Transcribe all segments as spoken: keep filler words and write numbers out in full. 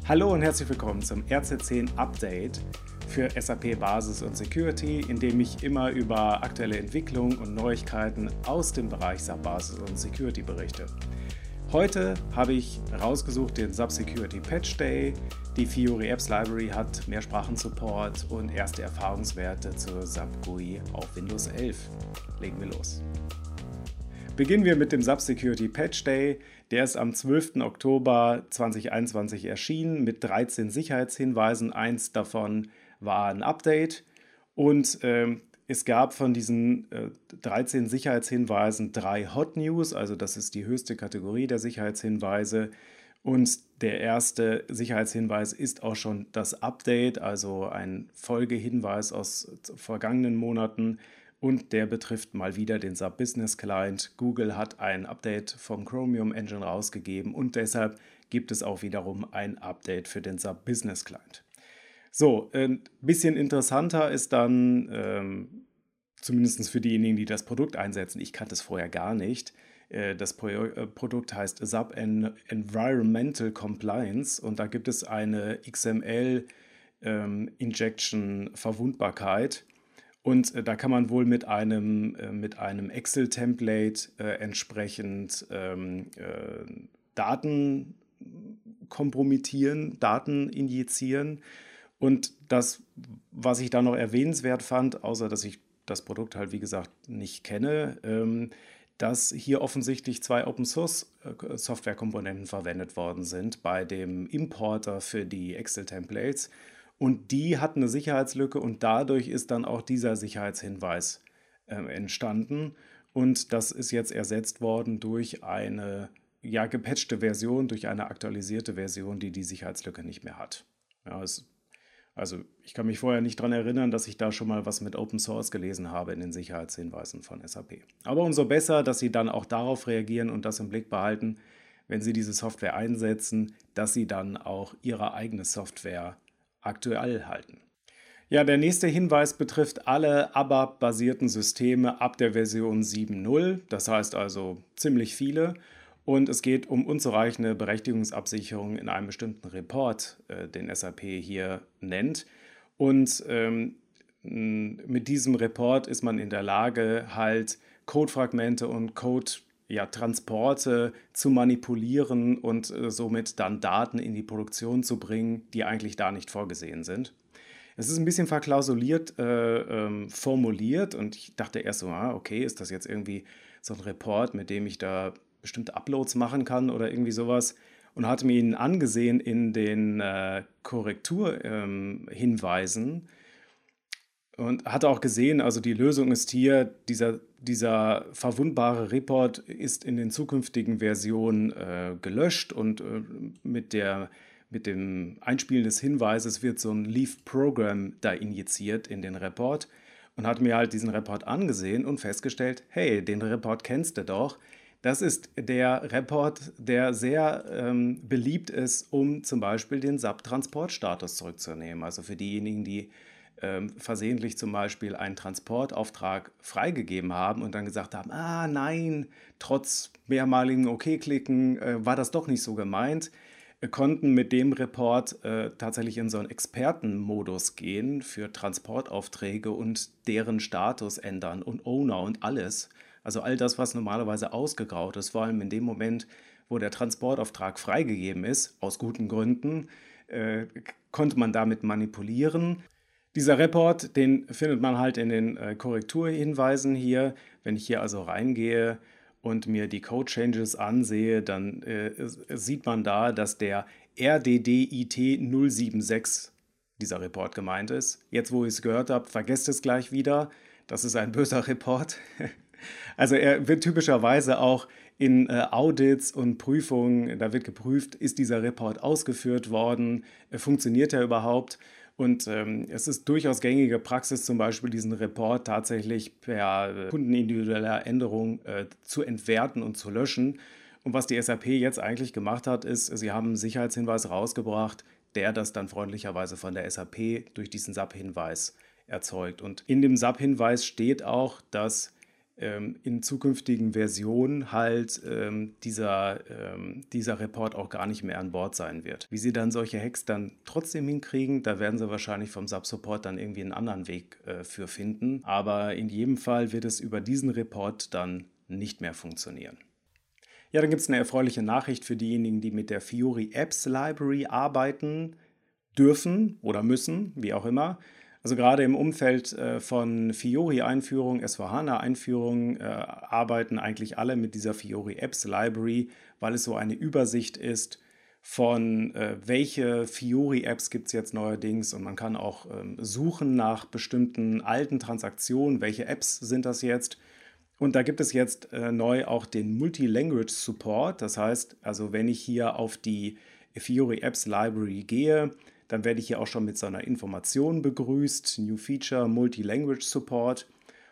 Hallo und herzlich willkommen zum R Z zehn Update für S A P Basis und Security, in dem ich immer über aktuelle Entwicklungen und Neuigkeiten aus dem Bereich S A P Basis und Security berichte. Heute habe ich rausgesucht den S A P Security Patch Day. Die Fiori Apps Library hat Mehrsprachen-Support und erste Erfahrungswerte zur S A P G U I auf Windows elf. Legen wir los. Beginnen wir mit dem S A P Security Patch Day. Der ist am zwölften Oktober zweitausendeinundzwanzig erschienen mit dreizehn Sicherheitshinweisen. Eins davon war ein Update und äh, es gab von diesen äh, dreizehn Sicherheitshinweisen drei Hot News, also das ist die höchste Kategorie der Sicherheitshinweise. Und der erste Sicherheitshinweis ist auch schon das Update, also ein Folgehinweis aus vergangenen Monaten. Und der betrifft mal wieder den S A P Business Client. Google hat ein Update vom Chromium Engine rausgegeben und deshalb gibt es auch wiederum ein Update für den S A P Business Client. So, ein bisschen interessanter ist dann, ähm, zumindest für diejenigen, die das Produkt einsetzen, ich kannte es vorher gar nicht, äh, das Pro äh, Produkt heißt S A P en Environmental Compliance und da gibt es eine X M L-Injection-Verwundbarkeit. Und äh, da kann man wohl mit einem, äh, mit einem Excel-Template äh, entsprechend ähm, äh, Daten kompromittieren, Daten injizieren. Und das, was ich da noch erwähnenswert fand, außer dass ich das Produkt halt wie gesagt nicht kenne, ähm, dass hier offensichtlich zwei Open-Source-Software-Komponenten verwendet worden sind bei dem Importer für die Excel-Templates. Und die hat eine Sicherheitslücke und dadurch ist dann auch dieser Sicherheitshinweis äh, entstanden. Und das ist jetzt ersetzt worden durch eine ja, gepatchte Version, durch eine aktualisierte Version, die die Sicherheitslücke nicht mehr hat. Ja, es, also ich kann mich vorher nicht daran erinnern, dass ich da schon mal was mit Open Source gelesen habe in den Sicherheitshinweisen von S A P. Aber umso besser, dass Sie dann auch darauf reagieren und das im Blick behalten, wenn Sie diese Software einsetzen, dass Sie dann auch Ihre eigene Software aktuell halten. Ja, der nächste Hinweis betrifft alle A B A P-basierten Systeme ab der Version sieben Punkt null, das heißt also ziemlich viele. Und es geht um unzureichende Berechtigungsabsicherung in einem bestimmten Report, äh, den S A P hier nennt. Und ähm, mit diesem Report ist man in der Lage, halt Codefragmente und Code Ja, Transporte zu manipulieren und äh, somit dann Daten in die Produktion zu bringen, die eigentlich da nicht vorgesehen sind. Es ist ein bisschen verklausuliert äh, ähm, formuliert und ich dachte erst so, ah, okay, ist das jetzt irgendwie so ein Report, mit dem ich da bestimmte Uploads machen kann oder irgendwie sowas und hatte mir ihn angesehen in den äh, Korrekturhinweisen. Ähm, Und hatte auch gesehen, also die Lösung ist hier, dieser, dieser verwundbare Report ist in den zukünftigen Versionen äh, gelöscht und äh, mit, der, mit dem Einspielen des Hinweises wird so ein Leaf-Program da injiziert in den Report und hat mir halt diesen Report angesehen und festgestellt, hey, den Report kennst du doch. Das ist der Report, der sehr ähm, beliebt ist, um zum Beispiel den S A P-Transportstatus zurückzunehmen. Also für diejenigen, die Ähm, versehentlich zum Beispiel einen Transportauftrag freigegeben haben und dann gesagt haben, ah nein, trotz mehrmaligen OK-Klicken äh, war das doch nicht so gemeint, äh, konnten mit dem Report äh, tatsächlich in so einen Expertenmodus gehen für Transportaufträge und deren Status ändern und Owner und alles. Also all das, was normalerweise ausgegraut ist, vor allem in dem Moment, wo der Transportauftrag freigegeben ist, aus guten Gründen, äh, konnte man damit manipulieren. Dieser Report, den findet man halt in den äh, Korrekturhinweisen hier. Wenn ich hier also reingehe und mir die Code Changes ansehe, dann äh, sieht man da, dass der R D D I T null sieben sechs dieser Report gemeint ist. Jetzt, wo ich es gehört habe, vergesst es gleich wieder. Das ist ein böser Report. Also er wird typischerweise auch in äh, Audits und Prüfungen, da wird geprüft, ist dieser Report ausgeführt worden, äh, funktioniert er überhaupt? Und ähm, es ist durchaus gängige Praxis, zum Beispiel diesen Report tatsächlich per äh, kundenindividueller Änderung äh, zu entwerten und zu löschen. Und was die S A P jetzt eigentlich gemacht hat, ist, sie haben einen Sicherheitshinweis rausgebracht, der das dann freundlicherweise von der S A P durch diesen S A P-Hinweis erzeugt. Und in dem S A P-Hinweis steht auch, dass ähm, in zukünftigen Versionen halt ähm, dieser, ähm, dieser Report auch gar nicht mehr an Bord sein wird. Wie sie dann solche Hacks dann trotzdem hinkriegen, da werden sie wahrscheinlich vom Sub-Support dann irgendwie einen anderen Weg äh, für finden. Aber in jedem Fall wird es über diesen Report dann nicht mehr funktionieren. Ja, dann gibt es eine erfreuliche Nachricht für diejenigen, die mit der Fiori Apps Library arbeiten dürfen oder müssen, wie auch immer. Also gerade im Umfeld äh, von Fiori-Einführung, S vier HANA-Einführung äh, arbeiten eigentlich alle mit dieser Fiori Apps Library, weil es so eine Übersicht ist von äh, welche Fiori-Apps gibt es jetzt neuerdings, und man kann auch ähm, suchen nach bestimmten alten Transaktionen, welche Apps sind das jetzt. Und da gibt es jetzt äh, neu auch den Multi-Language Support. Das heißt, also wenn ich hier auf die Fiori Apps Library gehe, dann werde ich hier auch schon mit so einer Information begrüßt, New Feature Multi-Language Support.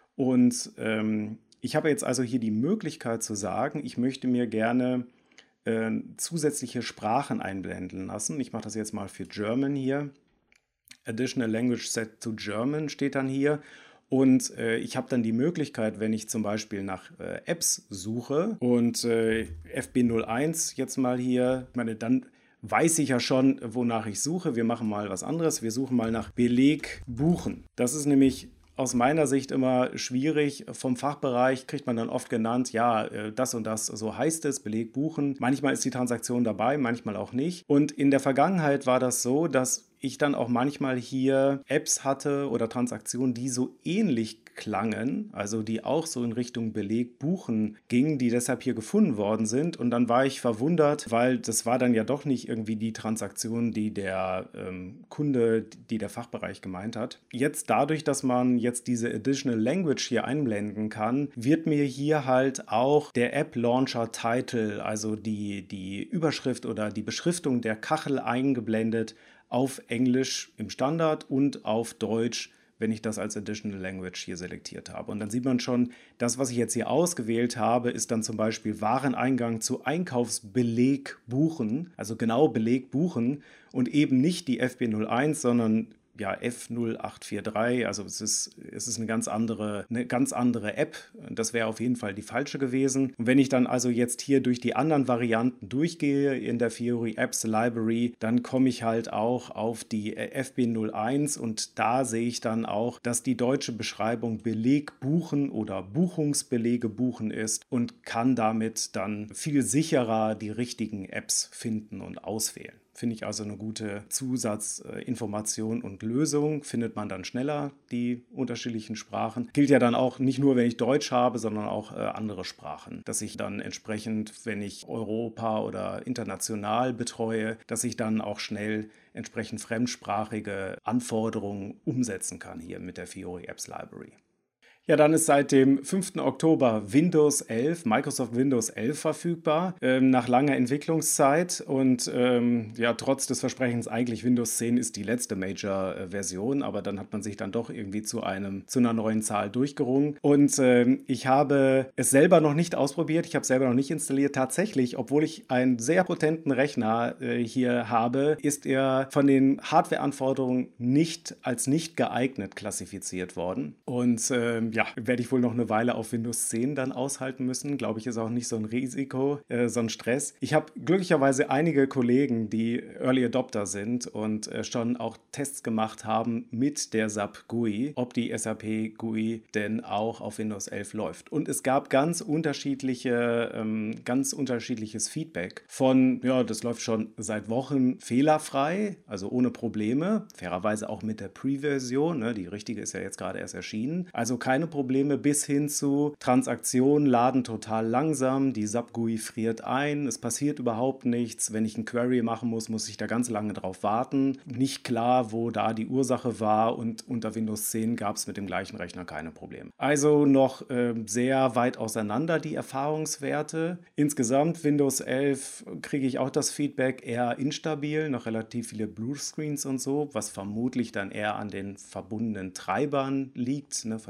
Und ähm, ich habe jetzt also hier die Möglichkeit zu sagen, ich möchte mir gerne äh, zusätzliche Sprachen einblenden lassen. Ich mache das jetzt mal für German hier. Additional Language Set to German steht dann hier. Und äh, ich habe dann die Möglichkeit, wenn ich zum Beispiel nach äh, Apps suche und äh, F B null eins jetzt mal hier, ich meine, dann weiß ich ja schon, wonach ich suche. Wir machen mal was anderes. Wir suchen mal nach Beleg buchen. Das ist nämlich aus meiner Sicht immer schwierig. Vom Fachbereich kriegt man dann oft genannt, ja, das und das, so heißt es, Beleg buchen. Manchmal ist die Transaktion dabei, manchmal auch nicht. Und in der Vergangenheit war das so, dass ich dann auch manchmal hier Apps hatte oder Transaktionen, die so ähnlich klangen, also die auch so in Richtung Beleg buchen gingen, die deshalb hier gefunden worden sind. Und dann war ich verwundert, weil das war dann ja doch nicht irgendwie die Transaktion, die der ähm, Kunde, die der Fachbereich gemeint hat. Jetzt dadurch, dass man jetzt diese Additional Language hier einblenden kann, wird mir hier halt auch der App Launcher Title, also die, die Überschrift oder die Beschriftung der Kachel eingeblendet auf Englisch im Standard und auf Deutsch, wenn ich das als Additional Language hier selektiert habe. Und dann sieht man schon, das, was ich jetzt hier ausgewählt habe, ist dann zum Beispiel Wareneingang zu Einkaufsbeleg buchen, also genau Beleg buchen und eben nicht die F B null eins, sondern ja, F null acht vier drei, also es ist, es ist eine ganz andere, eine ganz andere App. Das wäre auf jeden Fall die falsche gewesen. Und wenn ich dann also jetzt hier durch die anderen Varianten durchgehe in der Fiori Apps Library, dann komme ich halt auch auf die F B null eins und da sehe ich dann auch, dass die deutsche Beschreibung Beleg buchen oder Buchungsbelege buchen ist und kann damit dann viel sicherer die richtigen Apps finden und auswählen. Finde ich also eine gute Zusatzinformation und Lösung. Findet man dann schneller die unterschiedlichen Sprachen. Gilt ja dann auch nicht nur, wenn ich Deutsch habe, sondern auch äh, andere Sprachen. Dass ich dann entsprechend, wenn ich Europa oder international betreue, dass ich dann auch schnell entsprechend fremdsprachige Anforderungen umsetzen kann hier mit der Fiori Apps Library. Ja, dann ist seit dem fünften Oktober Windows elf, Microsoft Windows elf verfügbar, ähm, nach langer Entwicklungszeit und ähm, ja, trotz des Versprechens eigentlich Windows zehn ist die letzte Major-Version, aber dann hat man sich dann doch irgendwie zu einem, zu einer neuen Zahl durchgerungen und ähm, ich habe es selber noch nicht ausprobiert, ich habe es selber noch nicht installiert. Tatsächlich, obwohl ich einen sehr potenten Rechner äh, hier habe, ist er von den Hardware-Anforderungen nicht als nicht geeignet klassifiziert worden und ähm, ja, werde ich wohl noch eine Weile auf Windows zehn dann aushalten müssen. Glaube ich, ist auch nicht so ein Risiko, äh, so ein Stress. Ich habe glücklicherweise einige Kollegen, die Early Adopter sind und äh, schon auch Tests gemacht haben mit der S A P G U I, ob die S A P G U I denn auch auf Windows elf läuft. Und es gab ganz unterschiedliche, ähm, ganz unterschiedliches Feedback von, ja, das läuft schon seit Wochen fehlerfrei, also ohne Probleme. Fairerweise auch mit der Pre-Version, ne? Die richtige ist ja jetzt gerade erst erschienen. Also keine Probleme bis hin zu Transaktionen laden total langsam, die S A P G U I friert ein, es passiert überhaupt nichts. Wenn ich ein Query machen muss, muss ich da ganz lange drauf warten. Nicht klar, wo da die Ursache war und unter Windows zehn gab es mit dem gleichen Rechner keine Probleme. Also noch äh, sehr weit auseinander die Erfahrungswerte. Insgesamt Windows elf kriege ich auch das Feedback eher instabil, noch relativ viele Bluescreens und so, was vermutlich dann eher an den verbundenen Treibern liegt, ne, von der Hardware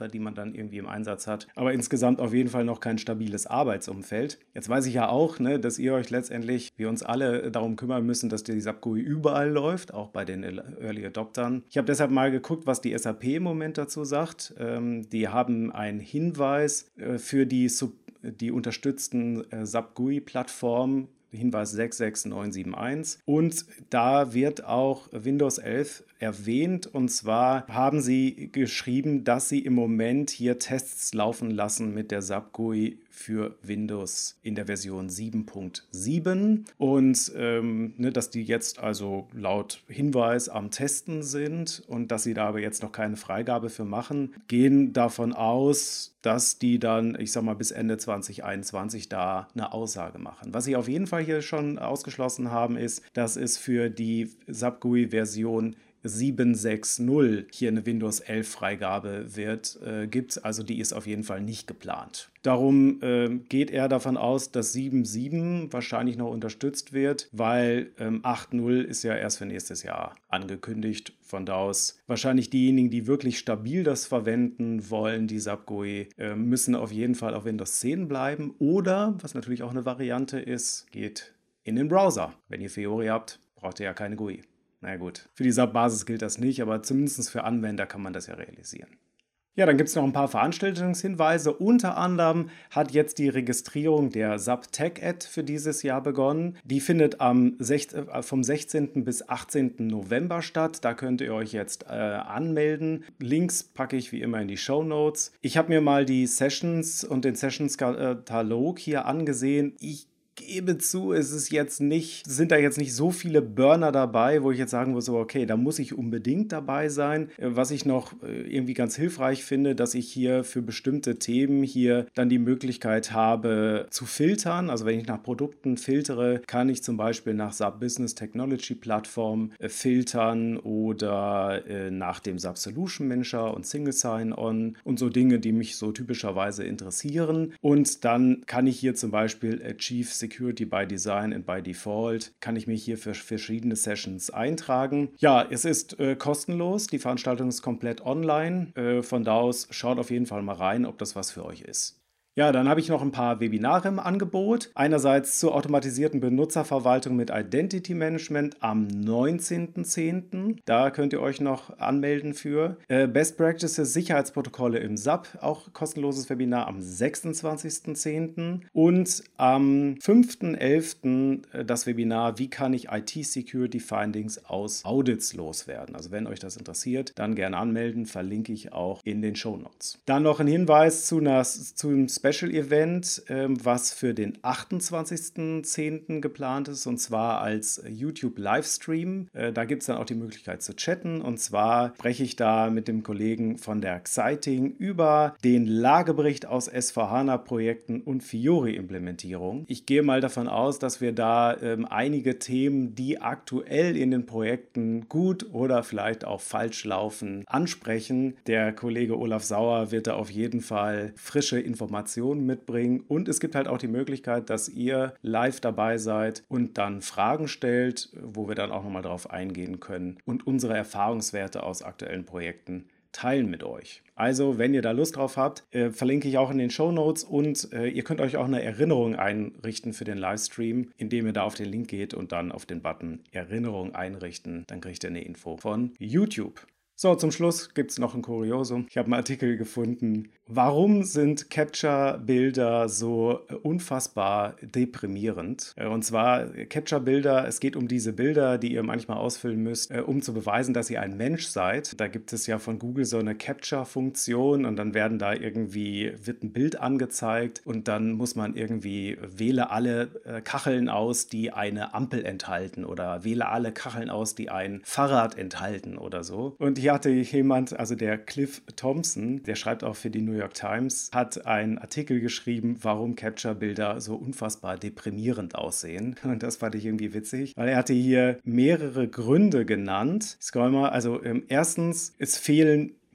Sache, die man dann irgendwie im Einsatz hat. Aber insgesamt auf jeden Fall noch kein stabiles Arbeitsumfeld. Jetzt weiß ich ja auch, ne, dass ihr euch letztendlich, wir uns alle darum kümmern müssen, dass die SAP G U I überall läuft, auch bei den Early Adoptern. Ich habe deshalb mal geguckt, was die S A P im Moment dazu sagt. Ähm, die haben einen Hinweis äh, für die, Sub die unterstützten äh, SAP G U I-Plattformen, Hinweis sechs sechs neun sieben eins, und da wird auch Windows elf erwähnt, und zwar haben sie geschrieben, dass sie im Moment hier Tests laufen lassen mit der SAP G U I für Windows in der Version sieben Punkt sieben und ähm, ne, dass die jetzt also laut Hinweis am Testen sind und dass sie da aber jetzt noch keine Freigabe für machen, gehen davon aus, dass die dann, ich sag mal, bis Ende zwanzig einundzwanzig da eine Aussage machen. Was sie auf jeden Fall hier schon ausgeschlossen haben, ist, dass es für die SAP G U I-Version sieben sechs null hier eine Windows elf Freigabe wird, äh, gibt. Also die ist auf jeden Fall nicht geplant. Darum äh, geht er davon aus, dass sieben Punkt sieben wahrscheinlich noch unterstützt wird, weil ähm, acht Punkt null ist ja erst für nächstes Jahr angekündigt. Von da aus wahrscheinlich diejenigen, die wirklich stabil das verwenden wollen, die SAP G U I, äh, müssen auf jeden Fall auf Windows zehn bleiben. Oder, was natürlich auch eine Variante ist, geht in den Browser. Wenn ihr Fiori habt, braucht ihr ja keine G U I. Na gut, für die SAP-Basis gilt das nicht, aber zumindest für Anwender kann man das ja realisieren. Ja, dann gibt es noch ein paar Veranstaltungshinweise. Unter anderem hat jetzt die Registrierung der SAP Tech Ed für dieses Jahr begonnen. Die findet am sech- äh, vom sechzehnten bis achtzehnten November statt. Da könnt ihr euch jetzt äh, anmelden. Links packe ich wie immer in die Shownotes. Ich habe mir mal die Sessions und den Sessions-Katalog hier angesehen. Ich gebe zu, es ist jetzt nicht, sind da jetzt nicht so viele Burner dabei, wo ich jetzt sagen muss, okay, da muss ich unbedingt dabei sein. Was ich noch irgendwie ganz hilfreich finde, dass ich hier für bestimmte Themen hier dann die Möglichkeit habe zu filtern. Also wenn ich nach Produkten filtere, kann ich zum Beispiel nach SAP Business Technology Plattform filtern oder nach dem SAP Solution Manager und Single Sign-On und so Dinge, die mich so typischerweise interessieren. Und dann kann ich hier zum Beispiel Achieve Security by Design and by Default, kann ich mich hier für verschiedene Sessions eintragen. Ja, es ist äh, kostenlos, die Veranstaltung ist komplett online. Äh, von da aus schaut auf jeden Fall mal rein, ob das was für euch ist. Ja, dann habe ich noch ein paar Webinare im Angebot. Einerseits zur automatisierten Benutzerverwaltung mit Identity Management am neunzehnten zehnten Da könnt ihr euch noch anmelden für. Äh, Best Practices Sicherheitsprotokolle im SAP, auch kostenloses Webinar am sechsundzwanzigsten zehnten Und am fünften elften äh, das Webinar, wie kann ich I T-Security Findings aus Audits loswerden. Also wenn euch das interessiert, dann gerne anmelden, verlinke ich auch in den Shownotes. Dann noch ein Hinweis zu einer, zu einem Special Event, ähm, was für den achtundzwanzigsten zehnten geplant ist, und zwar als YouTube Livestream. Äh, da gibt es dann auch die Möglichkeit zu chatten, und zwar spreche ich da mit dem Kollegen von der Xciting über den Lagebericht aus S vier HANA-Projekten und Fiori-Implementierung. Ich gehe mal davon aus, dass wir da ähm, einige Themen, die aktuell in den Projekten gut oder vielleicht auch falsch laufen, ansprechen. Der Kollege Olaf Sauer wird da auf jeden Fall frische Informationen mitbringen, und es gibt halt auch die Möglichkeit, dass ihr live dabei seid und dann Fragen stellt, wo wir dann auch nochmal drauf eingehen können und unsere Erfahrungswerte aus aktuellen Projekten teilen mit euch. Also, wenn ihr da Lust drauf habt, äh, verlinke ich auch in den Shownotes, und äh, ihr könnt euch auch eine Erinnerung einrichten für den Livestream, indem ihr da auf den Link geht und dann auf den Button Erinnerung einrichten. Dann kriegt ihr eine Info von YouTube. So, zum Schluss gibt es noch ein Kuriosum. Ich habe einen Artikel gefunden. Warum sind Capture-Bilder so unfassbar deprimierend? Und zwar Capture-Bilder, es geht um diese Bilder, die ihr manchmal ausfüllen müsst, um zu beweisen, dass ihr ein Mensch seid. Da gibt es ja von Google so eine Capture-Funktion, und dann werden da irgendwie, wird ein Bild angezeigt, und dann muss man irgendwie wähle alle Kacheln aus, die eine Ampel enthalten, oder wähle alle Kacheln aus, die ein Fahrrad enthalten oder so. Und hier hatte jemand, also der Cliff Thompson, der schreibt auch für die New York Times, hat einen Artikel geschrieben, warum Capture-Bilder so unfassbar deprimierend aussehen. Und das fand ich irgendwie witzig, weil er hatte hier mehrere Gründe genannt. Ich scroll mal, also ähm, erstens, es fehlen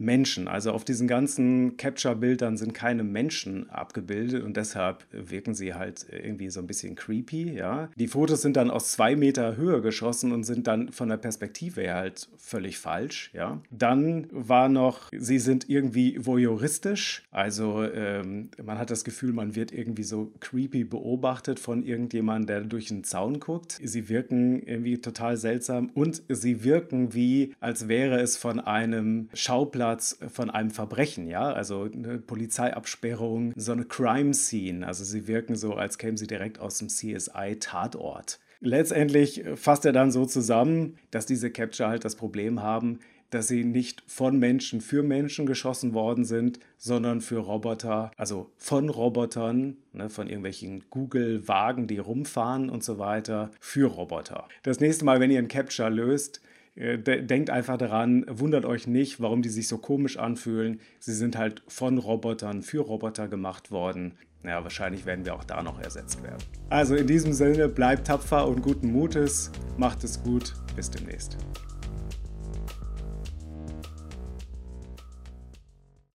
Menschen. Also auf diesen ganzen Capture-Bildern sind keine Menschen abgebildet und deshalb wirken sie halt irgendwie so ein bisschen creepy, ja. Die Fotos sind dann aus zwei Meter Höhe geschossen und sind dann von der Perspektive her halt völlig falsch, ja. Dann war noch, sie sind irgendwie voyeuristisch, also ähm, man hat das Gefühl, man wird irgendwie so creepy beobachtet von irgendjemandem, der durch einen Zaun guckt. Sie wirken irgendwie total seltsam und sie wirken wie, als wäre es von einem Schauplatz von einem Verbrechen, ja, also eine Polizeiabsperrung, so eine Crime Scene, also sie wirken so, als kämen sie direkt aus dem C S I-Tatort. Letztendlich fasst er dann so zusammen, dass diese Capture halt das Problem haben, dass sie nicht von Menschen für Menschen geschossen worden sind, sondern für Roboter, also von Robotern, ne, von irgendwelchen Google-Wagen, die rumfahren und so weiter, für Roboter. Das nächste Mal, wenn ihr einen Capture löst, äh, de- denkt einfach daran, wundert euch nicht, warum die sich so komisch anfühlen. Sie sind halt von Robotern für Roboter gemacht worden. Ja, wahrscheinlich werden wir auch da noch ersetzt werden. Also in diesem Sinne, bleibt tapfer und guten Mutes, macht es gut, bis demnächst.